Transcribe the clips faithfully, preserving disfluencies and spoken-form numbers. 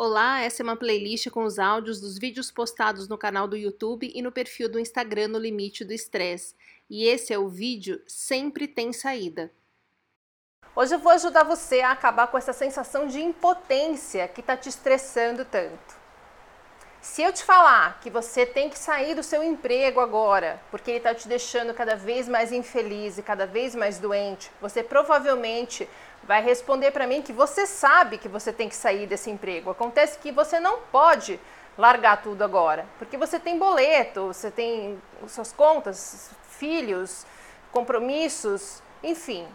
Olá, essa é uma playlist com os áudios dos vídeos postados no canal do YouTube e no perfil do Instagram No Limite do Estresse. E esse é o vídeo Sempre Tem Saída. Hoje eu vou ajudar você a acabar com essa sensação de impotência que está te estressando tanto. Se eu te falar que você tem que sair do seu emprego agora, porque ele está te deixando cada vez mais infeliz e cada vez mais doente, você provavelmente vai responder para mim que você sabe que você tem que sair desse emprego. Acontece que você não pode largar tudo agora, porque você tem boleto, você tem suas contas, filhos, compromissos, enfim.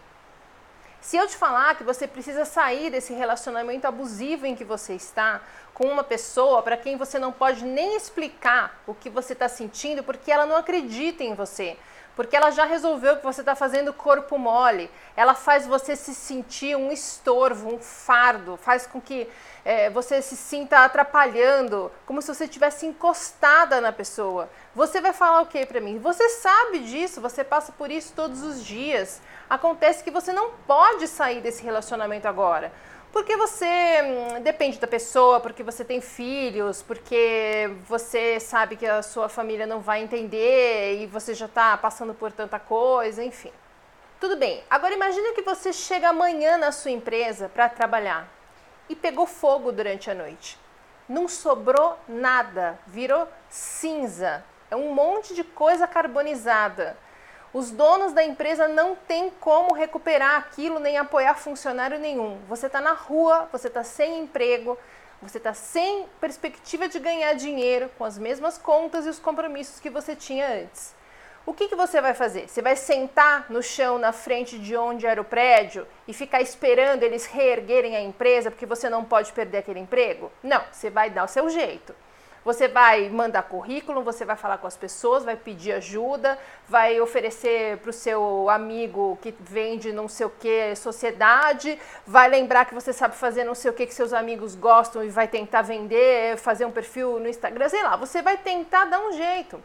Se eu te falar que você precisa sair desse relacionamento abusivo em que você está com uma pessoa para quem você não pode nem explicar o que você está sentindo porque ela não acredita em você, porque ela já resolveu que você está fazendo corpo mole, ela faz você se sentir um estorvo, um fardo, faz com que é, você se sinta atrapalhando, como se você estivesse encostada na pessoa. Você vai falar o que para mim? Você sabe disso, você passa por isso todos os dias. Acontece que você não pode sair desse relacionamento agora, porque você hum, depende da pessoa, porque você tem filhos, porque você sabe que a sua família não vai entender e você já está passando por tanta coisa, enfim. Tudo bem, agora imagine que você chega amanhã na sua empresa para trabalhar e pegou fogo durante a noite. Não sobrou nada, virou cinza, é um monte de coisa carbonizada. Os donos da empresa não têm como recuperar aquilo nem apoiar funcionário nenhum. Você está na rua, você está sem emprego, você está sem perspectiva de ganhar dinheiro com as mesmas contas e os compromissos que você tinha antes. O que, que você vai fazer? Você vai sentar no chão na frente de onde era o prédio e ficar esperando eles reerguerem a empresa porque você não pode perder aquele emprego? Não, você vai dar o seu jeito. Você vai mandar currículo, você vai falar com as pessoas, vai pedir ajuda, vai oferecer para o seu amigo que vende não sei o que, sociedade, vai lembrar que você sabe fazer não sei o que que seus amigos gostam e vai tentar vender, fazer um perfil no Instagram, sei lá, você vai tentar dar um jeito.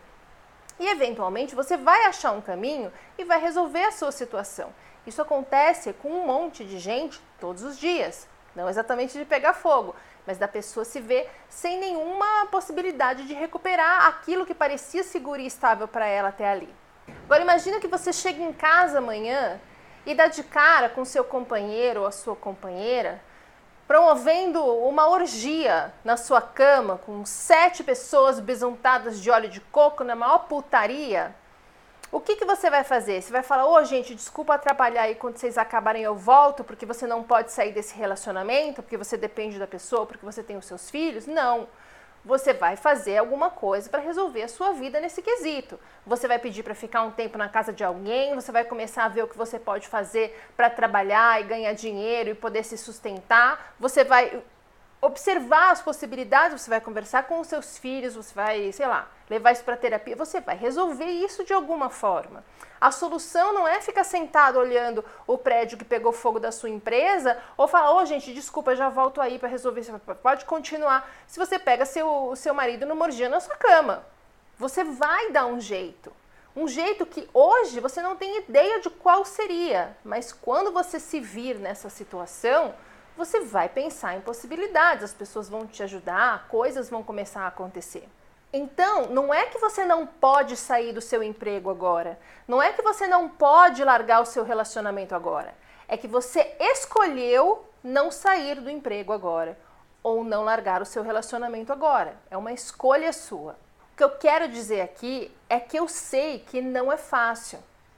E eventualmente você vai achar um caminho e vai resolver a sua situação. Isso acontece com um monte de gente todos os dias, não exatamente de pegar fogo, mas da pessoa se ver sem nenhuma possibilidade de recuperar aquilo que parecia seguro e estável para ela até ali. Agora imagina que você chega em casa amanhã e dá de cara com seu companheiro ou a sua companheira promovendo uma orgia na sua cama com sete pessoas besuntadas de óleo de coco na maior putaria. O que, que você vai fazer? Você vai falar, ô oh, gente, desculpa atrapalhar aí, quando vocês acabarem eu volto, porque você não pode sair desse relacionamento, porque você depende da pessoa, porque você tem os seus filhos? Não. Você vai fazer alguma coisa para resolver a sua vida nesse quesito. Você vai pedir para ficar um tempo na casa de alguém, você vai começar a ver o que você pode fazer para trabalhar e ganhar dinheiro e poder se sustentar. Você vai observar as possibilidades, você vai conversar com os seus filhos, você vai, sei lá, levar isso para terapia, você vai resolver isso de alguma forma. A solução não é ficar sentado olhando o prédio que pegou fogo da sua empresa ou falar, ô oh, gente, desculpa, já volto aí para resolver isso. Pode continuar. Se você pega seu, seu marido numa orgia na sua cama, você vai dar um jeito. Um jeito que hoje você não tem ideia de qual seria, mas quando você se vir nessa situação, você vai pensar em possibilidades, as pessoas vão te ajudar, coisas vão começar a acontecer. Então, não é que você não pode sair do seu emprego agora, não é que você não pode largar o seu relacionamento agora, é que você escolheu não sair do emprego agora, ou não largar o seu relacionamento agora, é uma escolha sua. O que eu quero dizer aqui é que eu sei que não é fácil.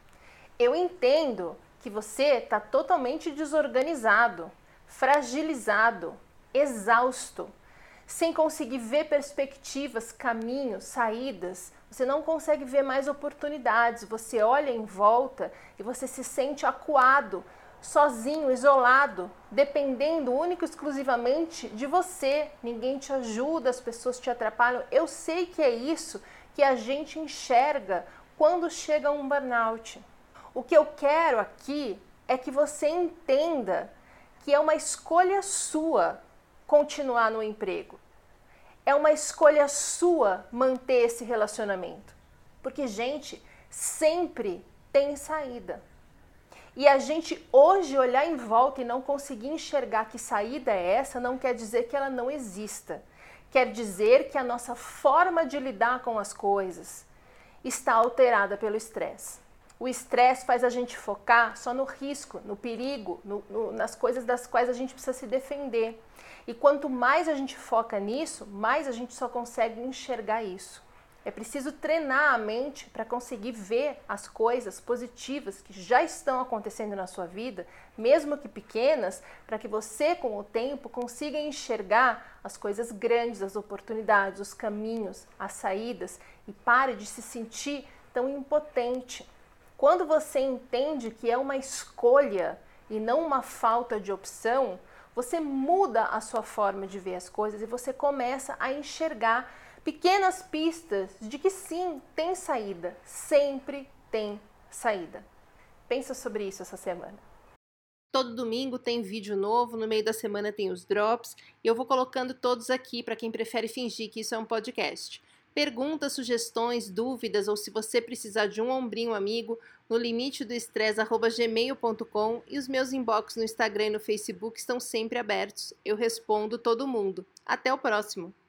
Eu entendo que você está totalmente desorganizado, fragilizado, exausto, sem conseguir ver perspectivas, caminhos, saídas, você não consegue ver mais oportunidades, você olha em volta e você se sente acuado, sozinho, isolado, dependendo único e exclusivamente de você, ninguém te ajuda, as pessoas te atrapalham. Eu sei que é isso que a gente enxerga quando chega um burnout. O que eu quero aqui é que você entenda que é uma escolha sua continuar no emprego. É uma escolha sua manter esse relacionamento. Porque, gente, sempre tem saída. E a gente hoje olhar em volta e não conseguir enxergar que saída é essa, não quer dizer que ela não exista. Quer dizer que a nossa forma de lidar com as coisas está alterada pelo estresse. O estresse faz a gente focar só no risco, no perigo, no, no, nas coisas das quais a gente precisa se defender. E quanto mais a gente foca nisso, mais a gente só consegue enxergar isso. É preciso treinar a mente para conseguir ver as coisas positivas que já estão acontecendo na sua vida, mesmo que pequenas, para que você, com o tempo, consiga enxergar as coisas grandes, as oportunidades, os caminhos, as saídas e pare de se sentir tão impotente. Quando você entende que é uma escolha e não uma falta de opção, você muda a sua forma de ver as coisas e você começa a enxergar pequenas pistas de que sim, tem saída, sempre tem saída. Pensa sobre isso essa semana. Todo domingo tem vídeo novo, no meio da semana tem os drops, e eu vou colocando todos aqui para quem prefere fingir que isso é um podcast. Perguntas, sugestões, dúvidas ou se você precisar de um ombrinho amigo, no limite do estresse arroba gmail ponto com e os meus inbox no Instagram e no Facebook estão sempre abertos. Eu respondo todo mundo. Até o próximo!